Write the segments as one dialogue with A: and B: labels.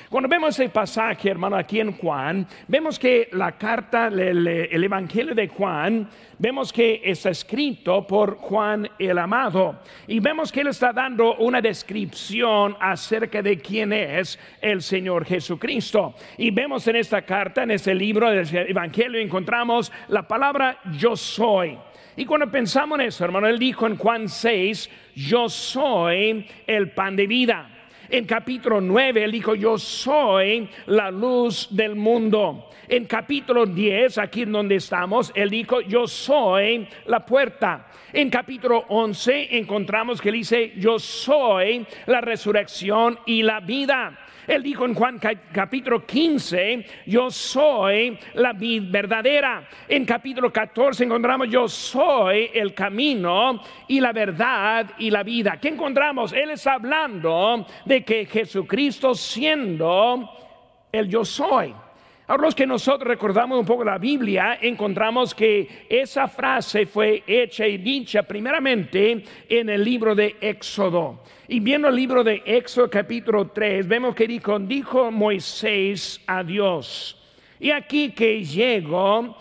A: Cuando vemos el pasaje, hermano, aquí en Juan, vemos que la carta, el Evangelio de Juan, vemos que está escrito por Juan el Amado. Y vemos que él está dando una descripción acerca de quién es el Señor Jesucristo. Y vemos en esta carta, en este libro del Evangelio, encontramos la palabra yo soy. Y cuando pensamos en eso, hermano, él dijo en Juan 6, yo soy el pan de vida. En capítulo 9, él dijo, yo soy la luz del mundo. En capítulo 10, aquí en donde estamos, él dijo, yo soy la puerta. En capítulo 11, encontramos que él dice, yo soy la resurrección y la vida. Él dijo en Juan capítulo 15, yo soy la vid verdadera. En capítulo 14 encontramos, yo soy el camino y la verdad y la vida. ¿Qué encontramos? Él está hablando de que Jesucristo siendo el yo soy. Ahora, los que nosotros recordamos un poco la Biblia, encontramos que esa frase fue hecha y dicha primeramente en el libro de Éxodo. Y viendo el libro de Éxodo capítulo 3, vemos que dijo Moisés a Dios, y aquí que llego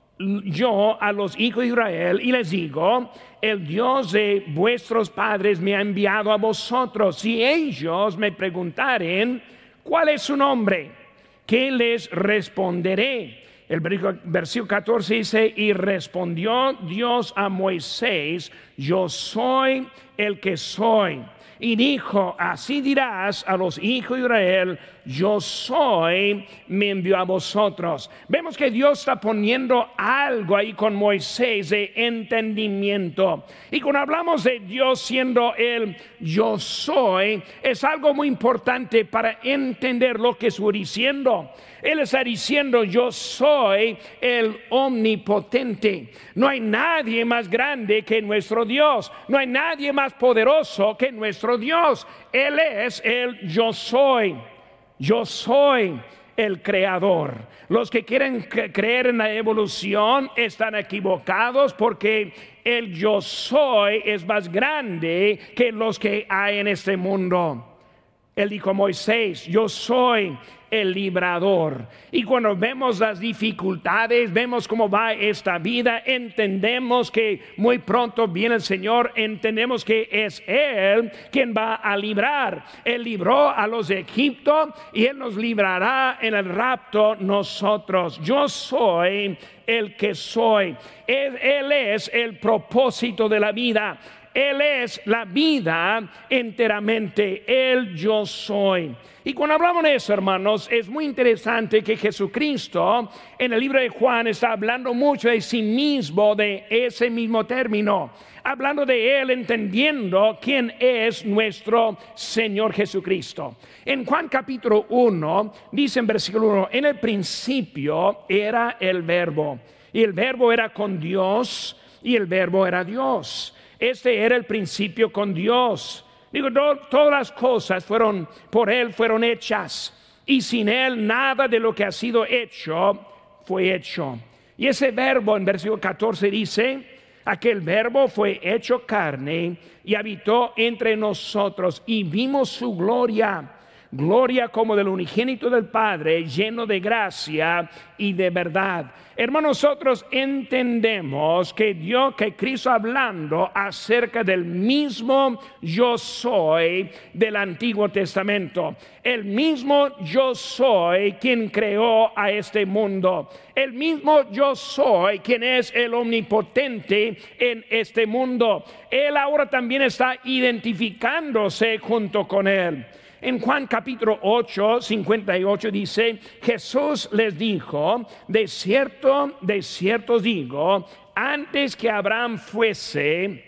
A: yo a los hijos de Israel y les digo, el Dios de vuestros padres me ha enviado a vosotros. Si ellos me preguntaren, ¿cuál es su nombre? ¿Qué les responderé? El versículo 14 dice, y respondió Dios a Moisés, yo soy el que soy. Y dijo, así dirás a los hijos de Israel, yo soy, me envió a vosotros. Vemos que Dios está poniendo algo ahí con Moisés de entendimiento. Y cuando hablamos de Dios siendo el yo soy, es algo muy importante para entender lo que está diciendo. Él está diciendo, yo soy el omnipotente. No hay nadie más grande que nuestro Dios. No hay nadie más poderoso que nuestro Dios. Él es el yo soy. Yo soy el creador. Los que quieren creer en la evolución están equivocados, porque el yo soy es más grande que los que hay en este mundo. Él dijo a Moisés, yo soy el librador. Y cuando vemos las dificultades, vemos cómo va esta vida, entendemos que muy pronto viene el Señor, entendemos que es Él quien va a librar. Él libró a los de Egipto y Él nos librará en el rapto nosotros. Yo soy el que soy. Él es el propósito de la vida. Él es la vida enteramente, el yo soy. Y cuando hablamos de eso, hermanos, es muy interesante que Jesucristo en el libro de Juan está hablando mucho de sí mismo, de ese mismo término, hablando de Él, entendiendo quién es nuestro Señor Jesucristo. En Juan capítulo 1, dice en versículo 1, en el principio era el Verbo, y el Verbo era con Dios, y el Verbo era Dios. Este era el principio con Dios. Digo, todas las cosas por Él fueron hechas, y sin Él nada de lo que ha sido hecho fue hecho. Y ese verbo en versículo 14 dice, aquel verbo fue hecho carne y habitó entre nosotros, y vimos su gloria, gloria como del unigénito del Padre, lleno de gracia y de verdad. Hermanos, nosotros entendemos que Cristo, hablando acerca del mismo yo soy del Antiguo Testamento, el mismo yo soy quien creó a este mundo, el mismo yo soy quien es el omnipotente en este mundo. Él ahora también está identificándose junto con Él. En Juan capítulo 8, 58 dice, Jesús les dijo, de cierto os digo, antes que Abraham fuese,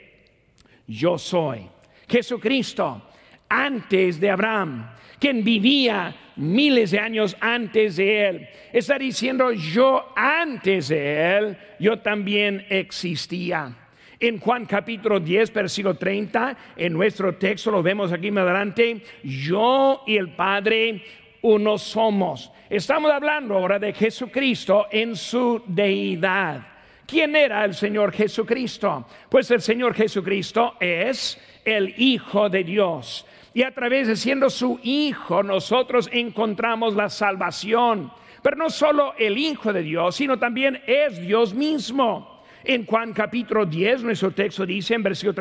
A: yo soy. Jesucristo, antes de Abraham, quien vivía miles de años antes de él, está diciendo, yo antes de él, yo también existía. En Juan capítulo 10, versículo 30, en nuestro texto lo vemos aquí más adelante, yo y el Padre uno somos. Estamos hablando ahora de Jesucristo en su deidad. ¿Quién era el Señor Jesucristo? Pues el Señor Jesucristo es el Hijo de Dios. Y a través de siendo su Hijo, nosotros encontramos la salvación. Pero no solo el Hijo de Dios, sino también es Dios mismo. En Juan capítulo 10, nuestro texto dice en versículo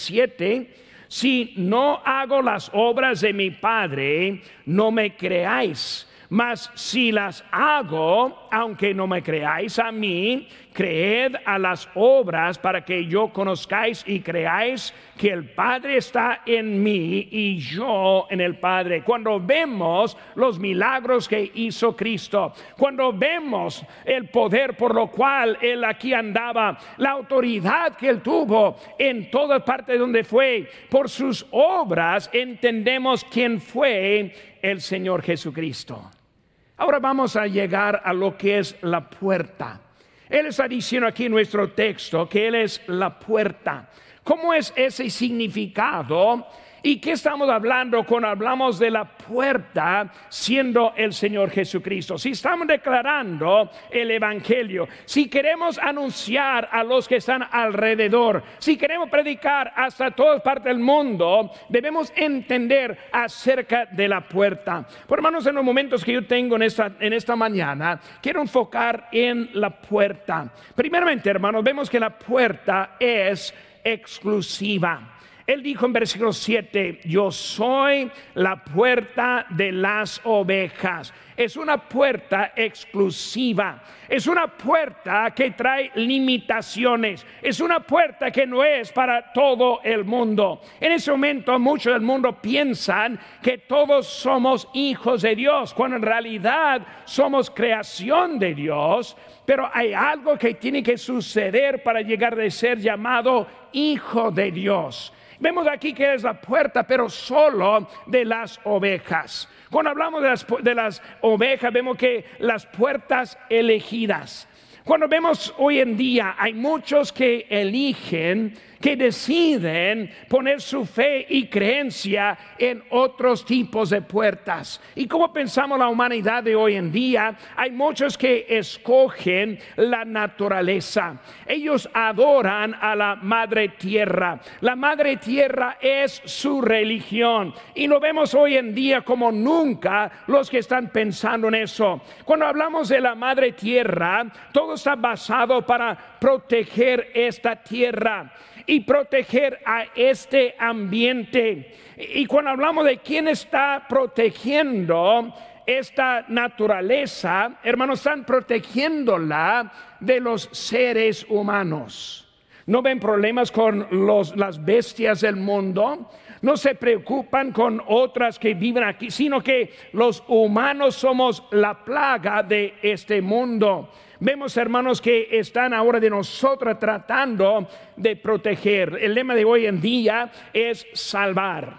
A: 37, si no hago las obras de mi Padre, no me creáis. Mas si las hago, aunque no me creáis a mí, creed a las obras para que yo conozcáis y creáis que el Padre está en mí y yo en el Padre. Cuando vemos los milagros que hizo Cristo, cuando vemos el poder por lo cual Él aquí andaba, la autoridad que Él tuvo en todas partes donde fue, por sus obras entendemos quién fue el Señor Jesucristo. Ahora vamos a llegar a lo que es la puerta. Él está diciendo aquí en nuestro texto que Él es la puerta. ¿Cómo es ese significado? ¿Y qué estamos hablando cuando hablamos de la puerta siendo el Señor Jesucristo? Si estamos declarando el Evangelio, si queremos anunciar a los que están alrededor, si queremos predicar hasta todas partes del mundo, debemos entender acerca de la puerta. Por hermanos, en los momentos que yo tengo en esta mañana, quiero enfocar en la puerta. Primeramente, hermanos, vemos que la puerta es exclusiva. Él dijo en versículo 7, yo soy la puerta de las ovejas. Es una puerta exclusiva. Es una puerta que trae limitaciones. Es una puerta que no es para todo el mundo. En ese momento muchos del mundo piensan que todos somos hijos de Dios, cuando en realidad somos creación de Dios. Pero hay algo que tiene que suceder para llegar a ser llamado hijo de Dios. Vemos aquí que es la puerta, pero solo de las ovejas. Cuando hablamos de las ovejas, vemos que las puertas elegidas. Cuando vemos hoy en día, hay muchos que eligen, que deciden poner su fe y creencia en otros tipos de puertas. Y como pensamos la humanidad de hoy en día, hay muchos que escogen la naturaleza. Ellos adoran a la madre tierra. La madre tierra es su religión. Y lo vemos hoy en día como nunca los que están pensando en eso. Cuando hablamos de la madre tierra, todo está basado para proteger esta tierra y proteger a este ambiente. Y cuando hablamos de quién está protegiendo esta naturaleza, hermanos, están protegiéndola de los seres humanos. No ven problemas con las bestias del mundo, no se preocupan con otras que viven aquí, sino que los humanos somos la plaga de este mundo. Vemos, hermanos, que están ahora de nosotros tratando de proteger. El lema de hoy en día es salvar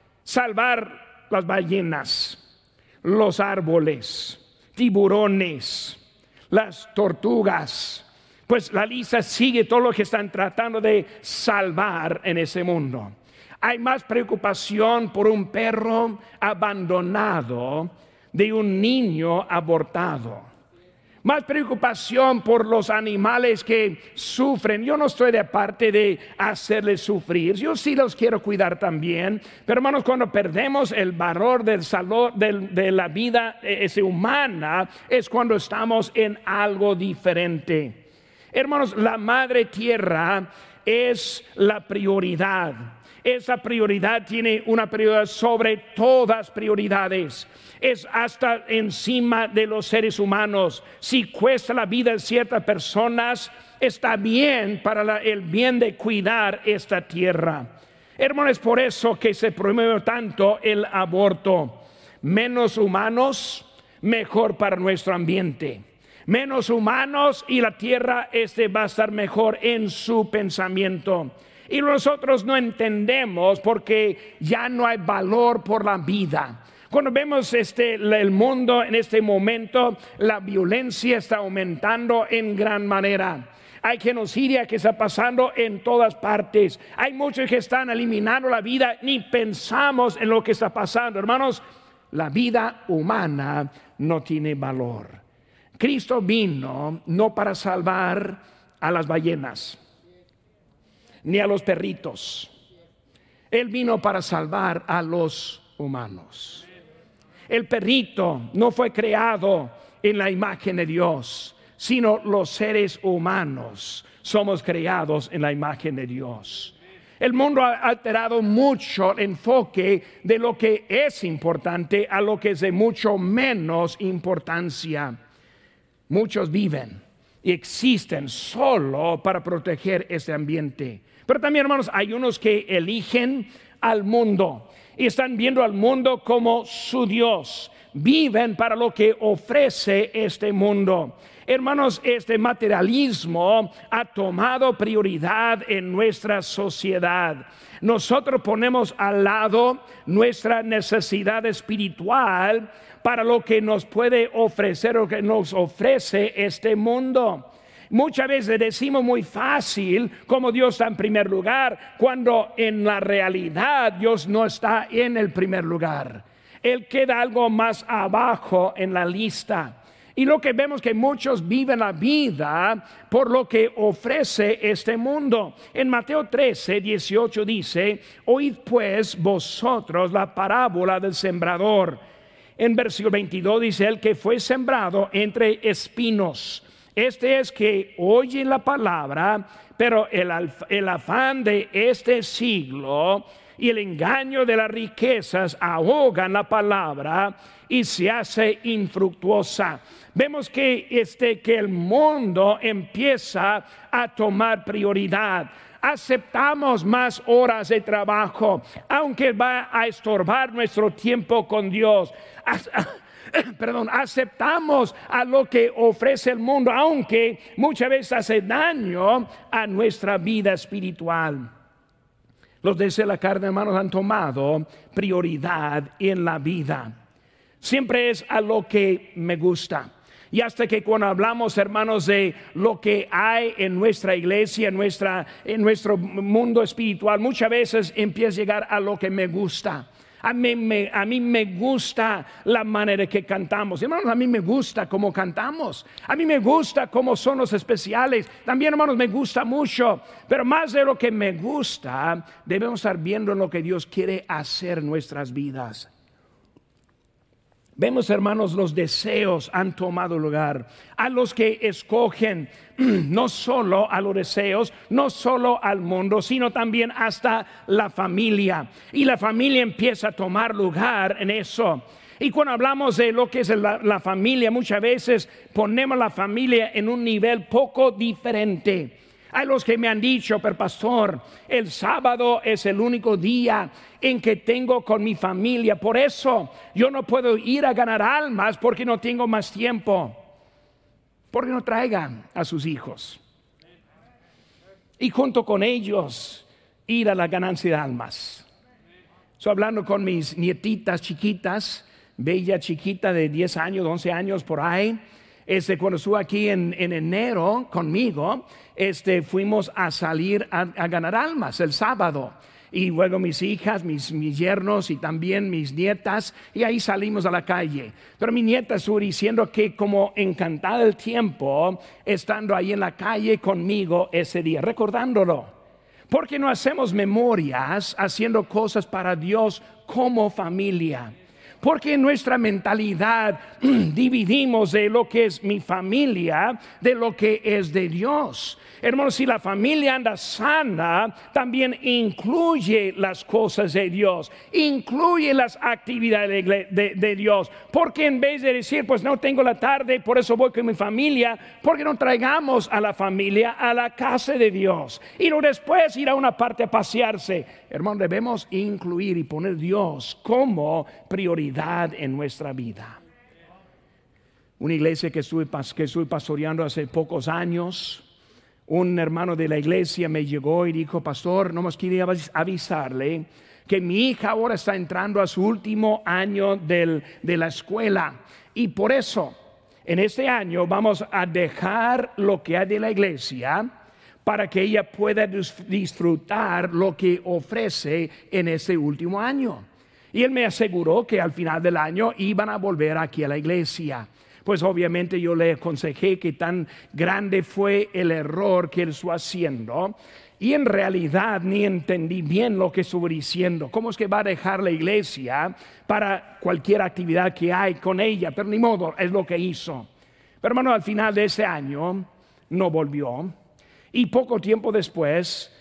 A: las ballenas, los árboles, tiburones, las tortugas. Pues la lista sigue todo lo que están tratando de salvar en ese mundo. Hay más preocupación por un perro abandonado de un niño abortado. Más preocupación por los animales que sufren. Yo no estoy de parte de hacerles sufrir. Yo sí los quiero cuidar también. Pero hermanos, cuando perdemos el valor del salud de la vida humana, es cuando estamos en algo diferente. Hermanos, la madre tierra es la prioridad. Esa prioridad tiene una prioridad sobre todas prioridades. Es hasta encima de los seres humanos. Si cuesta la vida de ciertas personas, está bien para el bien de cuidar esta tierra. Hermanos, es por eso que se promueve tanto el aborto. Menos humanos, mejor para nuestro ambiente. Menos humanos y la tierra va a estar mejor en su pensamiento. Y nosotros no entendemos porque ya no hay valor por la vida. Cuando vemos el mundo en este momento, la violencia está aumentando en gran manera. Hay genocidio que está pasando en todas partes. Hay muchos que están eliminando la vida, ni pensamos en lo que está pasando. Hermanos, la vida humana no tiene valor. Cristo vino no para salvar a las ballenas, ni a los perritos. Él vino para salvar a los humanos. El perrito no fue creado en la imagen de Dios, sino los seres humanos somos creados en la imagen de Dios. El mundo ha alterado mucho el enfoque de lo que es importante a lo que es de mucho menos importancia. Muchos viven y existen solo para proteger este ambiente. Pero también, hermanos, hay unos que eligen al mundo y están viendo al mundo como su Dios. Viven para lo que ofrece este mundo. Hermanos, este materialismo ha tomado prioridad en nuestra sociedad. Nosotros ponemos al lado nuestra necesidad espiritual para lo que nos puede ofrecer o que nos ofrece este mundo. Muchas veces decimos muy fácil como Dios está en primer lugar, cuando en la realidad Dios no está en el primer lugar. Él queda algo más abajo en la lista. Y lo que vemos que muchos viven la vida por lo que ofrece este mundo. En Mateo 13, 18 dice: oíd pues vosotros la parábola del sembrador. En versículo 22 dice: el que fue sembrado entre espinos. Este es que oye la palabra, pero el afán de este siglo y el engaño de las riquezas ahogan la palabra y se hace infructuosa. Vemos que el mundo empieza a tomar prioridad. Aceptamos más horas de trabajo, aunque va a estorbar nuestro tiempo con Dios. Aceptamos a lo que ofrece el mundo, aunque muchas veces hace daño a nuestra vida espiritual. Los deseos de la carne, hermanos, han tomado prioridad en la vida. Siempre es a lo que me gusta. Y hasta que cuando hablamos, hermanos, de lo que hay en nuestra iglesia, en nuestro mundo espiritual, muchas veces empieza a llegar a lo que me gusta. A mí me gusta la manera que cantamos. Hermanos, a mí me gusta cómo cantamos. A mí me gusta cómo son los especiales. También, hermanos, me gusta mucho. Pero más de lo que me gusta, debemos estar viendo lo que Dios quiere hacer en nuestras vidas. Vemos, hermanos, los deseos han tomado lugar. A los que escogen no solo a los deseos, no solo al mundo, sino también hasta la familia. Y la familia empieza a tomar lugar en eso. Y cuando hablamos de lo que es la familia, muchas veces ponemos la familia en un nivel poco diferente. Hay los que me han dicho: pero pastor, el sábado es el único día en que tengo con mi familia, por eso yo no puedo ir a ganar almas porque no tengo más tiempo. Porque no traigan a sus hijos y junto con ellos ir a la ganancia de almas. Estoy hablando con mis nietitas chiquitas, Bella chiquita de 10 años, 11 años por ahí. Cuando estuve aquí en enero conmigo, fuimos a salir a ganar almas el sábado. Y luego mis hijas, mis yernos y también mis nietas, y ahí salimos a la calle. Pero mi nieta estuvo diciendo que como encantada el tiempo estando ahí en la calle conmigo ese día, recordándolo. Porque no hacemos memorias haciendo cosas para Dios como familia. Porque en nuestra mentalidad dividimos de lo que es mi familia de lo que es de Dios. Hermanos, si la familia anda sana, también incluye las cosas de Dios, incluye las actividades de Dios. Porque en vez de decir, pues no tengo la tarde, por eso voy con mi familia, porque no traigamos a la familia a la casa de Dios y luego después ir a una parte a pasearse. Hermanos, debemos incluir y poner Dios como prioridad en nuestra vida. Una iglesia que estuve pastoreando hace pocos años, un hermano de la iglesia me llegó y dijo: pastor, nomás quería avisarle que mi hija ahora está entrando a su último año de la escuela, y por eso en este año vamos a dejar lo que hay de la iglesia para que ella pueda disfrutar lo que ofrece en este último año. Y él me aseguró que al final del año iban a volver aquí a la iglesia. pues obviamente yo le aconsejé que tan grande fue el error que él estuvo haciendo. Y en realidad ni entendí bien lo que estuvo diciendo. ¿Cómo es que va a dejar la iglesia para cualquier actividad que hay con ella? Pero ni modo, es lo que hizo. Pero hermano, al final de ese año no volvió. Y poco tiempo después,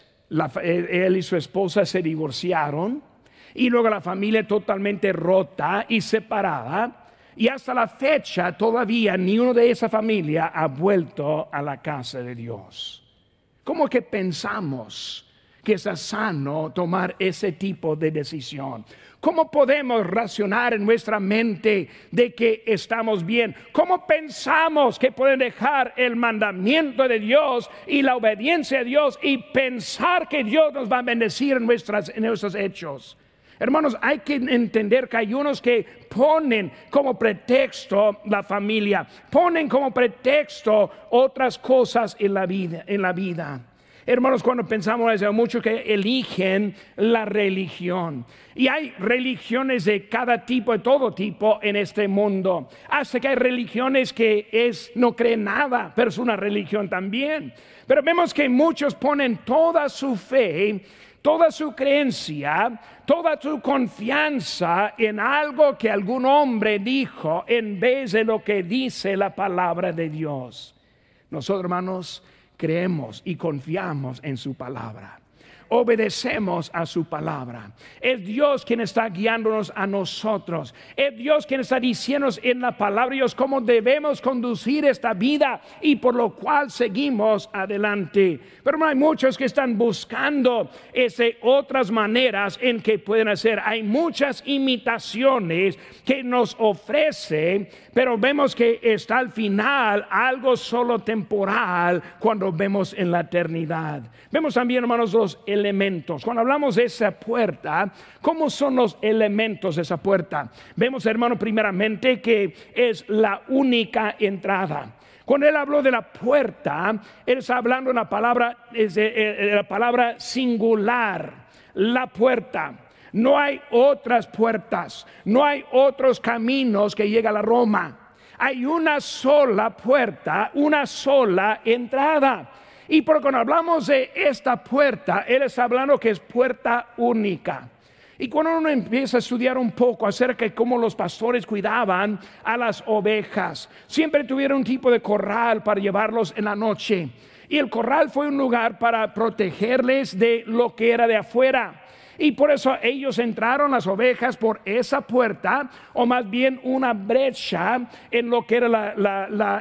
A: él y su esposa se divorciaron. Y luego la familia totalmente rota y separada. Y hasta la fecha todavía ni uno de esa familia ha vuelto a la casa de Dios. ¿Cómo que pensamos que es sano tomar ese tipo de decisión? ¿Cómo podemos racionar en nuestra mente de que estamos bien? ¿Cómo pensamos que pueden dejar el mandamiento de Dios y la obediencia a Dios y pensar que Dios nos va a bendecir en nuestros hechos? Hermanos, hay que entender que hay unos que ponen como pretexto la familia, ponen como pretexto otras cosas en la vida. Hermanos, cuando pensamos eso, muchos que eligen la religión. Y hay religiones de cada tipo, de todo tipo en este mundo. Hasta que hay religiones que no creen nada, pero es una religión también. Pero vemos que muchos ponen toda su fe, toda su creencia, toda su confianza en algo que algún hombre dijo en vez de lo que dice la palabra de Dios. Nosotros, hermanos, creemos y confiamos en su palabra. Obedecemos a su palabra. Es Dios quien está guiándonos a nosotros. Es Dios quien está diciéndonos en la palabra de Dios cómo debemos conducir esta vida y por lo cual seguimos adelante. Pero hay muchos que están buscando otras maneras en que pueden hacer. Hay muchas imitaciones que nos ofrece, pero vemos que está al final algo solo temporal cuando vemos en la eternidad. Vemos también, hermanos, los elementos. Cuando hablamos de esa puerta, ¿cómo son los elementos de esa puerta? Vemos, hermano, primeramente que es la única entrada. Cuando él habló de la puerta, él está hablando de la palabra singular, la puerta. No hay otras puertas, no hay otros caminos que lleguen a la Roma. Hay una sola puerta, una sola entrada. Y por cuando hablamos de esta puerta, él está hablando que es puerta única. Y cuando uno empieza a estudiar un poco acerca de cómo los pastores cuidaban a las ovejas, siempre tuvieron un tipo de corral para llevarlos en la noche. Y el corral fue un lugar para protegerles de lo que era de afuera. Y por eso ellos entraron, las ovejas, por esa puerta, o más bien una brecha en lo que era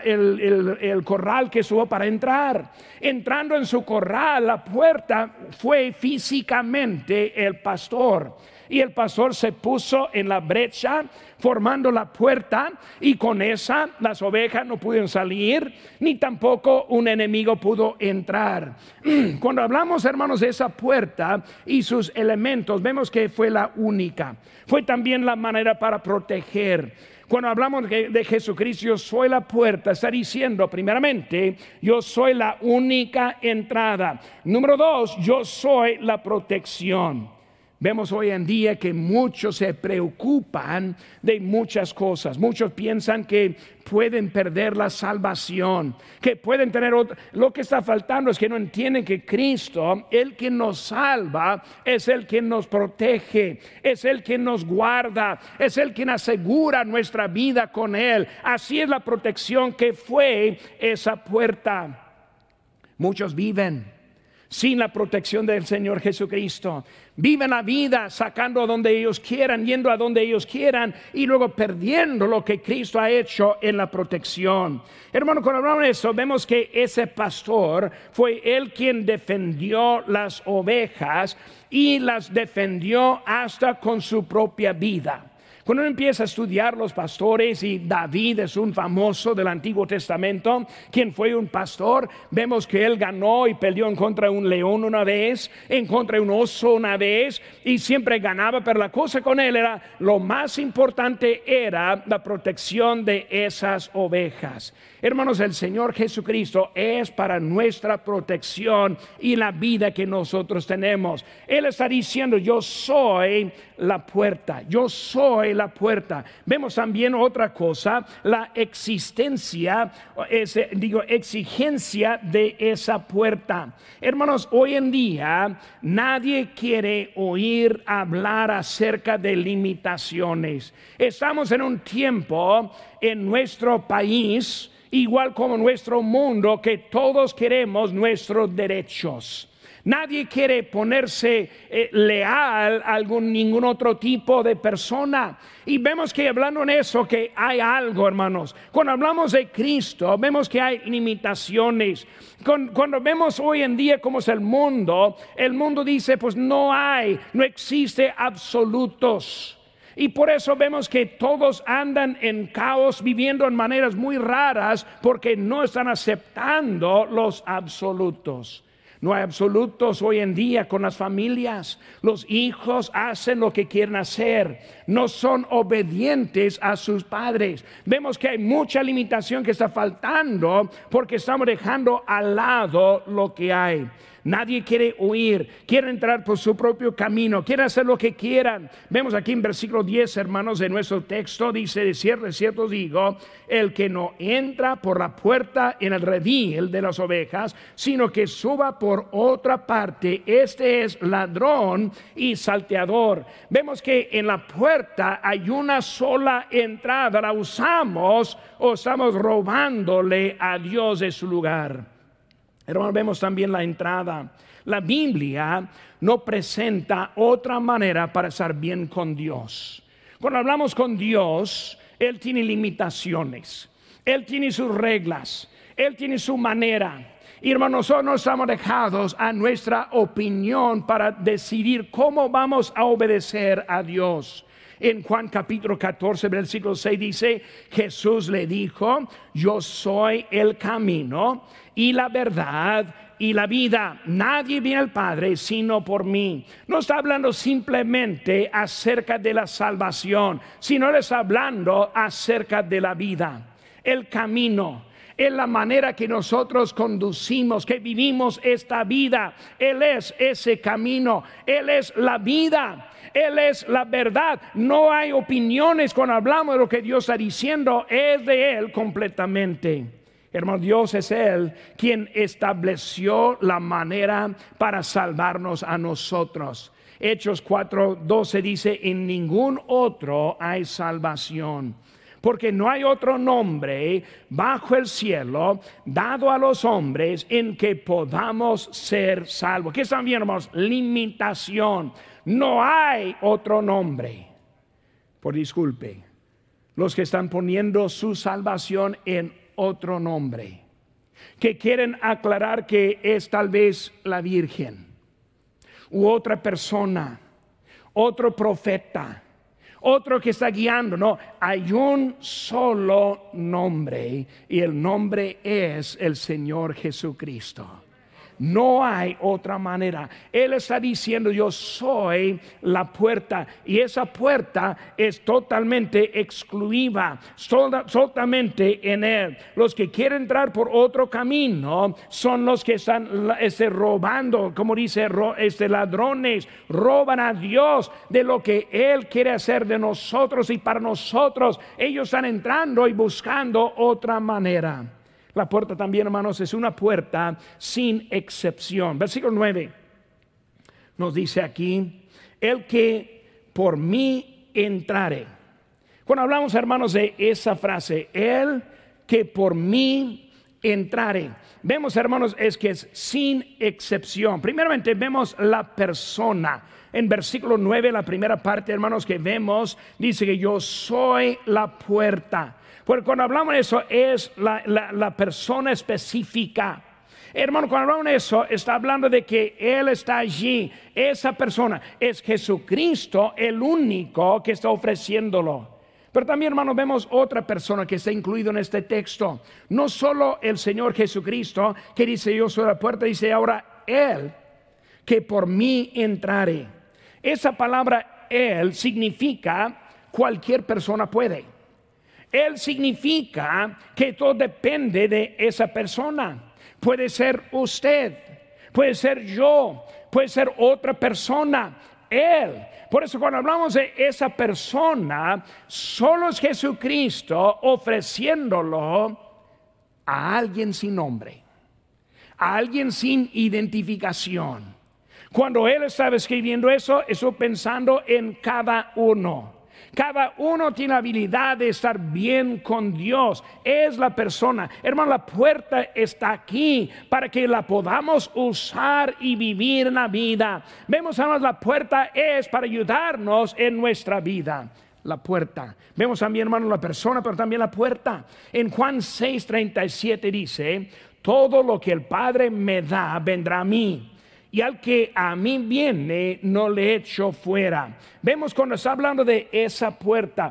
A: el corral que estuvo para entrar. Entrando en su corral, la puerta fue físicamente el pastor. Y el pastor se puso en la brecha formando la puerta, y con esa las ovejas no pudieron salir, ni tampoco un enemigo pudo entrar. Cuando hablamos, hermanos, de esa puerta y sus elementos, vemos que fue la única. Fue también la manera para proteger. Cuando hablamos de Jesucristo, yo soy la puerta, está diciendo primeramente, yo soy la única entrada. Número 2, yo soy la protección. Vemos hoy en día que muchos se preocupan de muchas cosas. Muchos piensan que pueden perder la salvación, que pueden tener lo que está faltando es que no entienden que Cristo, el que nos salva, es el que nos protege, es el que nos guarda, es el quien asegura nuestra vida con Él. Así es la protección que fue esa puerta. Muchos viven sin la protección del Señor Jesucristo. Viven la vida sacando a donde ellos quieran, yendo a donde ellos quieran, y luego perdiendo lo que Cristo ha hecho en la protección. Hermano, cuando hablamos de eso, vemos que ese pastor fue él quien defendió las ovejas, y las defendió hasta con su propia vida. Cuando uno empieza a estudiar los pastores, y David es un famoso del Antiguo Testamento, quien fue un pastor, vemos que él ganó y peleó en contra de un león una vez, en contra de un oso una vez, y siempre ganaba, pero la cosa con él era, lo más importante era la protección de esas ovejas. Hermanos, el Señor Jesucristo es para nuestra protección y la vida que nosotros tenemos. Él está diciendo, yo soy la puerta, yo soy la puerta. Vemos también otra cosa, la exigencia de esa puerta. Hermanos, hoy en día nadie quiere oír hablar acerca de limitaciones. Estamos en un tiempo en nuestro país, igual como en nuestro mundo, que todos queremos nuestros derechos. Nadie quiere ponerse leal a ningún otro tipo de persona. Y vemos que hablando en eso, que hay algo, hermanos. Cuando hablamos de Cristo, vemos que hay limitaciones. Cuando vemos hoy en día cómo es el mundo dice, pues no existe absolutos. Y por eso vemos que todos andan en caos, viviendo en maneras muy raras, porque no están aceptando los absolutos. No hay absolutos hoy en día con las familias. Los hijos hacen lo que quieren hacer, no son obedientes a sus padres. Vemos que hay mucha limitación que está faltando porque estamos dejando al lado lo que hay. Nadie quiere huir, quiere entrar por su propio camino, quiere hacer lo que quieran. Vemos aquí en versículo 10, hermanos, de nuestro texto, dice: de cierto digo, el que no entra por la puerta en el redil de las ovejas, sino que suba por otra parte, este es ladrón y salteador. Vemos que en la puerta hay una sola entrada, la usamos o estamos robándole a Dios de su lugar. Hermanos, vemos también la entrada. La Biblia no presenta otra manera para estar bien con Dios. Cuando hablamos con Dios, Él tiene limitaciones, Él tiene sus reglas, Él tiene su manera. Y hermanos, nosotros no estamos dejados a nuestra opinión para decidir cómo vamos a obedecer a Dios. En Juan capítulo 14, versículo 6 dice: Jesús le dijo: yo soy el camino y la verdad y la vida. Nadie viene al Padre sino por mí. No está hablando simplemente acerca de la salvación, sino le está hablando acerca de la vida, el camino. Es la manera que nosotros conducimos, que vivimos esta vida. Él es ese camino, Él es la vida, Él es la verdad. No hay opiniones cuando hablamos de lo que Dios está diciendo, es de Él completamente. Hermano, Dios es Él quien estableció la manera para salvarnos a nosotros. Hechos 4:12 dice: en ningún otro hay salvación, porque no hay otro nombre bajo el cielo dado a los hombres en que podamos ser salvos. ¿Qué están viendo, hermanos? Limitación. No hay otro nombre. Disculpe, los que están poniendo su salvación en otro nombre, que quieren aclarar que es tal vez la Virgen u otra persona, otro profeta, otro que está guiando. No, hay un solo nombre, y el nombre es el Señor Jesucristo. No hay otra manera. Él está diciendo: yo soy la puerta, y esa puerta es totalmente exclusiva, solamente en Él. Los que quieren entrar por otro camino son los que están robando, como dice, ladrones, roban a Dios de lo que Él quiere hacer de nosotros y para nosotros. Ellos están entrando y buscando otra manera. La puerta también, hermanos, es una puerta sin excepción. Versículo 9 nos dice aquí: el que por mí entrare. Cuando hablamos, hermanos, de esa frase, el que por mí entrare, vemos, hermanos, es que es sin excepción. Primeramente vemos la persona. En versículo 9, la primera parte, hermanos, que vemos, dice que yo soy la puerta. Porque cuando hablamos de eso, es la persona específica. Hermano, cuando hablamos de eso, está hablando de que Él está allí. Esa persona es Jesucristo, el único que está ofreciéndolo. Pero también, hermano, vemos otra persona que está incluido en este texto. No solo el Señor Jesucristo, que dice yo soy la puerta, dice ahora Él, que por mí entrare. Esa palabra Él significa cualquier persona puede. Él significa que todo depende de esa persona. Puede ser usted, puede ser yo, puede ser otra persona. Él. Por eso cuando hablamos de esa persona, solo es Jesucristo ofreciéndolo a alguien sin nombre, a alguien sin identificación. Cuando Él estaba escribiendo eso, estuvo pensando en cada uno. Cada uno tiene la habilidad de estar bien con Dios. Es la persona. Hermano, la puerta está aquí para que la podamos usar y vivir en la vida. Vemos, hermanos, la puerta es para ayudarnos en nuestra vida. La puerta. Vemos también, hermano, la persona, pero también la puerta. En Juan 6:37 dice: todo lo que el Padre me da vendrá a mí, y al que a mí viene no le echo fuera. Vemos cuando está hablando de esa puerta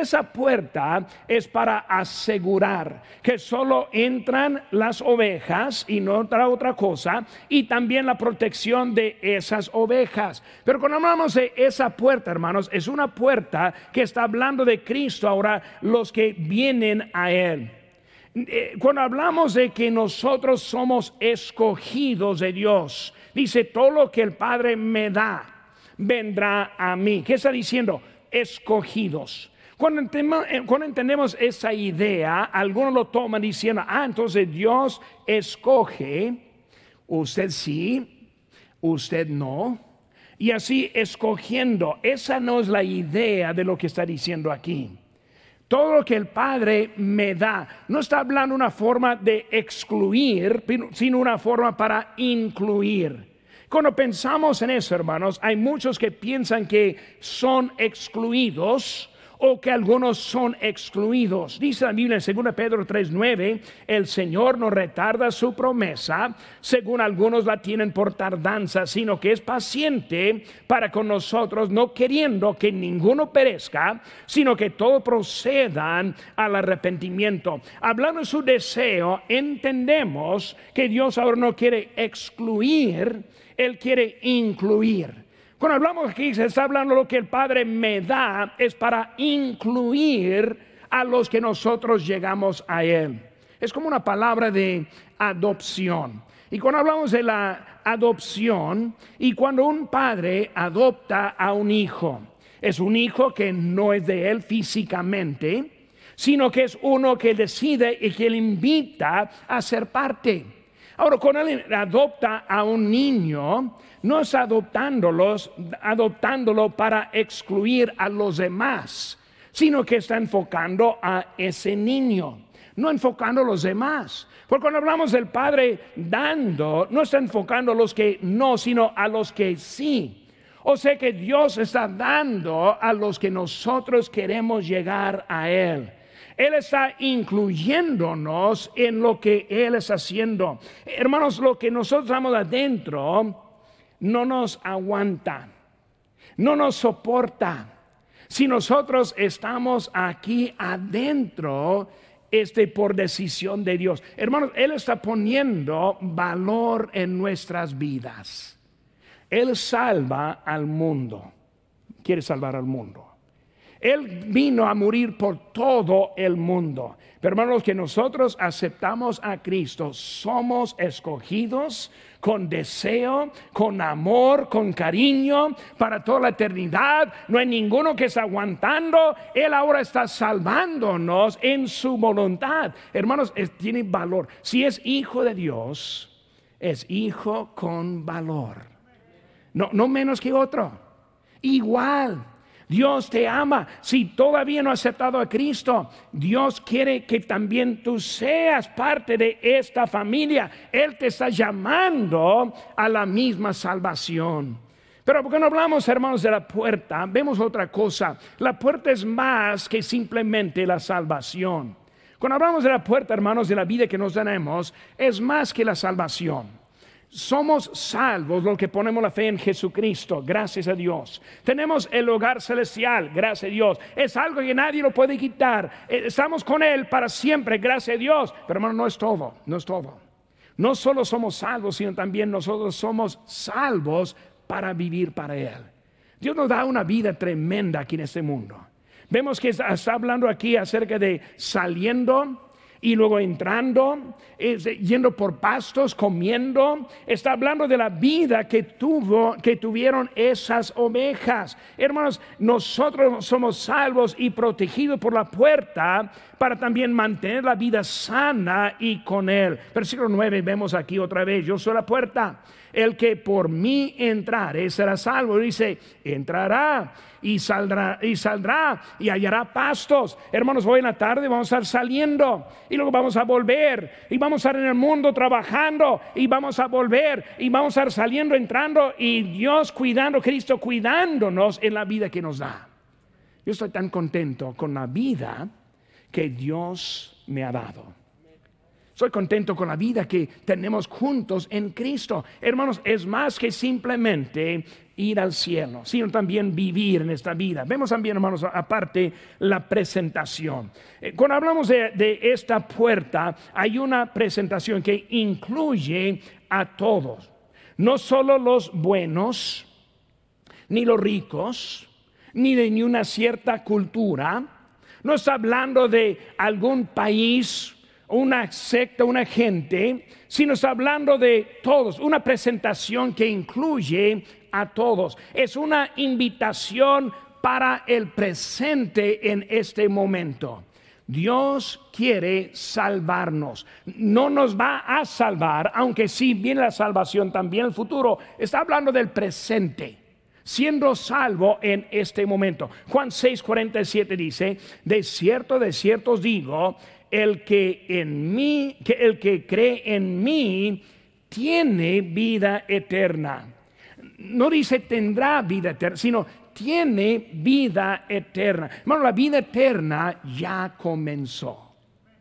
A: es para asegurar que solo entran las ovejas y no otra cosa, y también la protección de esas ovejas. Pero cuando hablamos de esa puerta, hermanos, es una puerta que está hablando de Cristo ahora, los que vienen a Él. Cuando hablamos de que nosotros somos escogidos de Dios, dice: todo lo que el Padre me da vendrá a mí. ¿Qué está diciendo? Escogidos. Cuando entendemos esa idea, algunos lo toman diciendo: entonces Dios escoge, usted sí, usted no, y así escogiendo. Esa no es la idea de lo que está diciendo aquí. Todo lo que el Padre me da, no está hablando una forma de excluir, sino una forma para incluir. Cuando pensamos en eso, hermanos, hay muchos que piensan que son excluidos o que algunos son excluidos. Dice la Biblia en 2 Pedro 3:9: el Señor no retarda su promesa, según algunos la tienen por tardanza, sino que es paciente para con nosotros, no queriendo que ninguno perezca, sino que todos procedan al arrepentimiento. Hablando de su deseo, entendemos que Dios ahora no quiere excluir, Él quiere incluir. Cuando hablamos aquí, se está hablando de lo que el Padre me da, es para incluir a los que nosotros llegamos a Él. Es como una palabra de adopción. Y cuando hablamos de la adopción, y cuando un padre adopta a un hijo, es un hijo que no es de él físicamente, sino que es uno que decide y que le invita a ser parte. Ahora, cuando él adopta a un niño, no está adoptándolo para excluir a los demás, sino que está enfocando a ese niño, no enfocando a los demás. Porque cuando hablamos del Padre dando, no está enfocando a los que no, sino a los que sí. O sea que Dios está dando a los que nosotros queremos llegar a Él. Él está incluyéndonos en lo que Él está haciendo. Hermanos, lo que nosotros estamos adentro no nos aguanta, no nos soporta. Si nosotros estamos aquí adentro, por decisión de Dios. Hermanos, Él está poniendo valor en nuestras vidas. Él salva al mundo, quiere salvar al mundo. Él vino a morir por todo el mundo. Pero hermanos, que nosotros aceptamos a Cristo, somos escogidos con deseo, con amor, con cariño para toda la eternidad. No hay ninguno que está aguantando. Él ahora está salvándonos en su voluntad. Hermanos, tiene valor. Si es hijo de Dios, es hijo con valor. No menos que otro. Igual. Dios te ama. Si todavía no has aceptado a Cristo, Dios quiere que también tú seas parte de esta familia. Él te está llamando a la misma salvación. Pero porque no hablamos, hermanos, de la puerta, vemos otra cosa. La puerta es más que simplemente la salvación. Cuando hablamos de la puerta, hermanos, de la vida que nos tenemos, es más que la salvación. Somos salvos los que ponemos la fe en Jesucristo, gracias a Dios. Tenemos el hogar celestial, gracias a Dios. Es algo que nadie lo puede quitar. Estamos con Él para siempre, gracias a Dios. Pero hermano, no es todo, no es todo. No solo somos salvos, sino también nosotros somos salvos para vivir para Él. Dios nos da una vida tremenda aquí en este mundo. Vemos que está hablando aquí acerca de saliendo y luego entrando, yendo por pastos, comiendo. Está hablando de la vida que tuvieron esas ovejas. Hermanos, nosotros somos salvos y protegidos por la puerta para también mantener la vida sana y con Él. Versículo 9, vemos aquí otra vez: yo soy la puerta. El que por mí entrare será salvo. Dice, entrará y saldrá y hallará pastos. Hermanos, hoy en la tarde vamos a estar saliendo y luego vamos a volver y vamos a estar en el mundo trabajando y vamos a volver y vamos a estar saliendo, entrando, y Dios cuidando, Cristo cuidándonos en la vida que nos da. Yo estoy tan contento con la vida que Dios me ha dado. Soy contento con la vida que tenemos juntos en Cristo. Hermanos, es más que simplemente ir al cielo, sino también vivir en esta vida. Vemos también, hermanos, aparte la presentación. Cuando hablamos de esta puerta, hay una presentación que incluye a todos. No solo los buenos, ni los ricos, ni de una cierta cultura. No está hablando de algún país, una secta, una gente, sino está hablando de todos. Una presentación que incluye a todos. Es una invitación para el presente en este momento. Dios quiere salvarnos. No nos va a salvar, aunque sí viene la salvación también en el futuro. Está hablando del presente, siendo salvo en este momento. Juan 6:47 dice: de cierto os digo, el que cree en mí tiene vida eterna. No dice tendrá vida eterna, sino tiene vida eterna. Hermano, la vida eterna ya comenzó.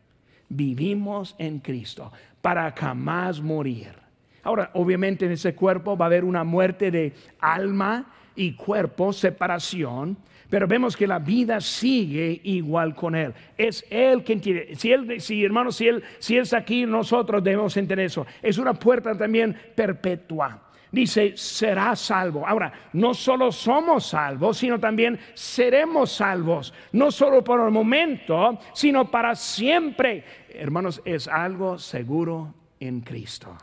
A: Vivimos en Cristo para jamás morir. Ahora, obviamente en ese cuerpo va a haber una muerte de alma y cuerpo, separación. Pero vemos que la vida sigue igual con Él. Es Él quien tiene. Hermanos, si Él está aquí, nosotros debemos entender eso. Es una puerta también perpetua. Dice, será salvo. Ahora, no solo somos salvos, sino también seremos salvos. No solo por el momento, sino para siempre. Hermanos, es algo seguro en Cristo.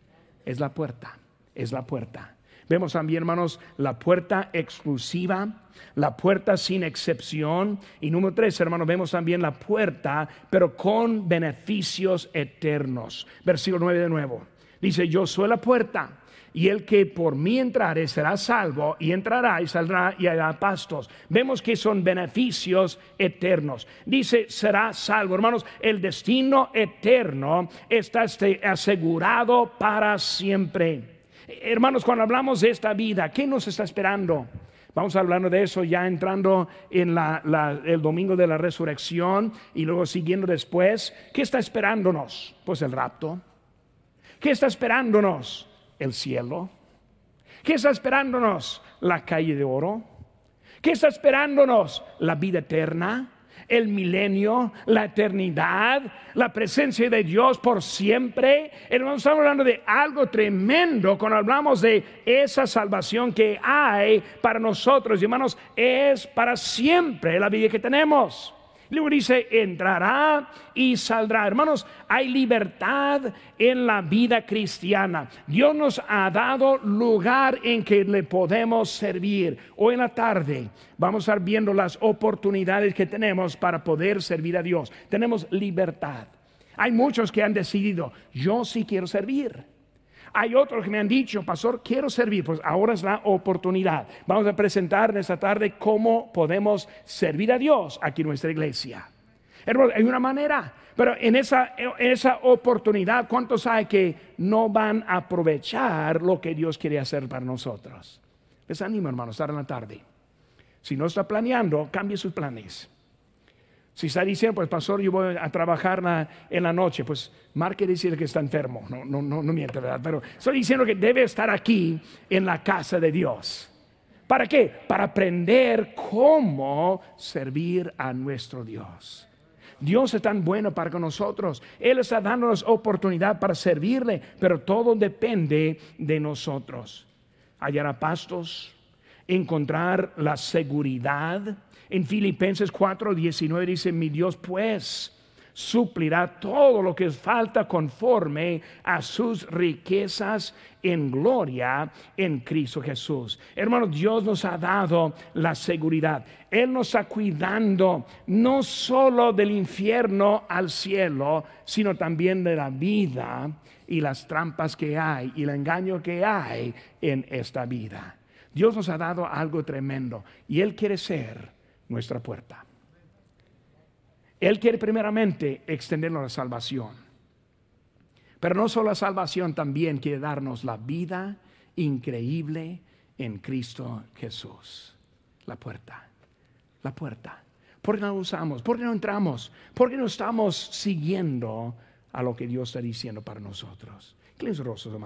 A: Es la puerta. Es la puerta. Vemos también, hermanos, la puerta exclusiva, la puerta sin excepción. Y número 3, hermanos, vemos también la puerta, pero con beneficios eternos. Versículo 9 de nuevo. Dice, yo soy la puerta, y el que por mí entrare será salvo, y entrará y saldrá y hallará pastos. Vemos que son beneficios eternos. Dice, será salvo. Hermanos, el destino eterno está asegurado para siempre. Hermanos, cuando hablamos de esta vida, ¿qué nos está esperando? Vamos hablando de eso ya entrando en el domingo de la resurrección y luego siguiendo después. ¿Qué está esperándonos? Pues el rapto. ¿Qué está esperándonos? El cielo. ¿Qué está esperándonos? La calle de oro. ¿Qué está esperándonos? La vida eterna, el milenio, la eternidad, la presencia de Dios por siempre. Hermanos, estamos hablando de algo tremendo cuando hablamos de esa salvación que hay para nosotros. Hermanos, es para siempre la vida que tenemos. Luego dice, entrará y saldrá. Hermanos, hay libertad en la vida cristiana. Dios nos ha dado lugar en que le podemos servir. Hoy en la tarde vamos a estar viendo las oportunidades que tenemos para poder servir a Dios. Tenemos libertad. Hay muchos que han decidido, yo sí quiero servir. Hay otros que me han dicho, pastor, quiero servir. Pues ahora es la oportunidad. Vamos a presentar en esta tarde cómo podemos servir a Dios aquí en nuestra iglesia. Hermanos, hay una manera, pero en esa oportunidad, ¿cuántos hay que no van a aprovechar lo que Dios quiere hacer para nosotros? Les animo, hermanos, a estar en la tarde. Si no está planeando, cambie sus planes. Si está diciendo, pues pastor, yo voy a trabajar en la noche, pues marque decir que está enfermo. No miente, ¿verdad? Pero estoy diciendo que debe estar aquí en la casa de Dios. ¿Para qué? Para aprender cómo servir a nuestro Dios. Dios es tan bueno para con nosotros. Él está dándonos oportunidad para servirle, pero todo depende de nosotros. Hallar pastos, encontrar la seguridad. En Filipenses 4:19 dice, mi Dios pues suplirá todo lo que falta conforme a sus riquezas en gloria en Cristo Jesús. Hermanos, Dios nos ha dado la seguridad. Él nos está cuidando no solo del infierno al cielo, sino también de la vida y las trampas que hay y el engaño que hay en esta vida. Dios nos ha dado algo tremendo y Él quiere ser nuestra puerta. Él quiere primeramente extendernos la salvación. Pero no solo la salvación, también quiere darnos la vida increíble en Cristo Jesús. La puerta. La puerta. ¿Por qué no la usamos? ¿Por qué no entramos? ¿Por qué no estamos siguiendo a lo que Dios está diciendo para nosotros? ¿Qué les rostros,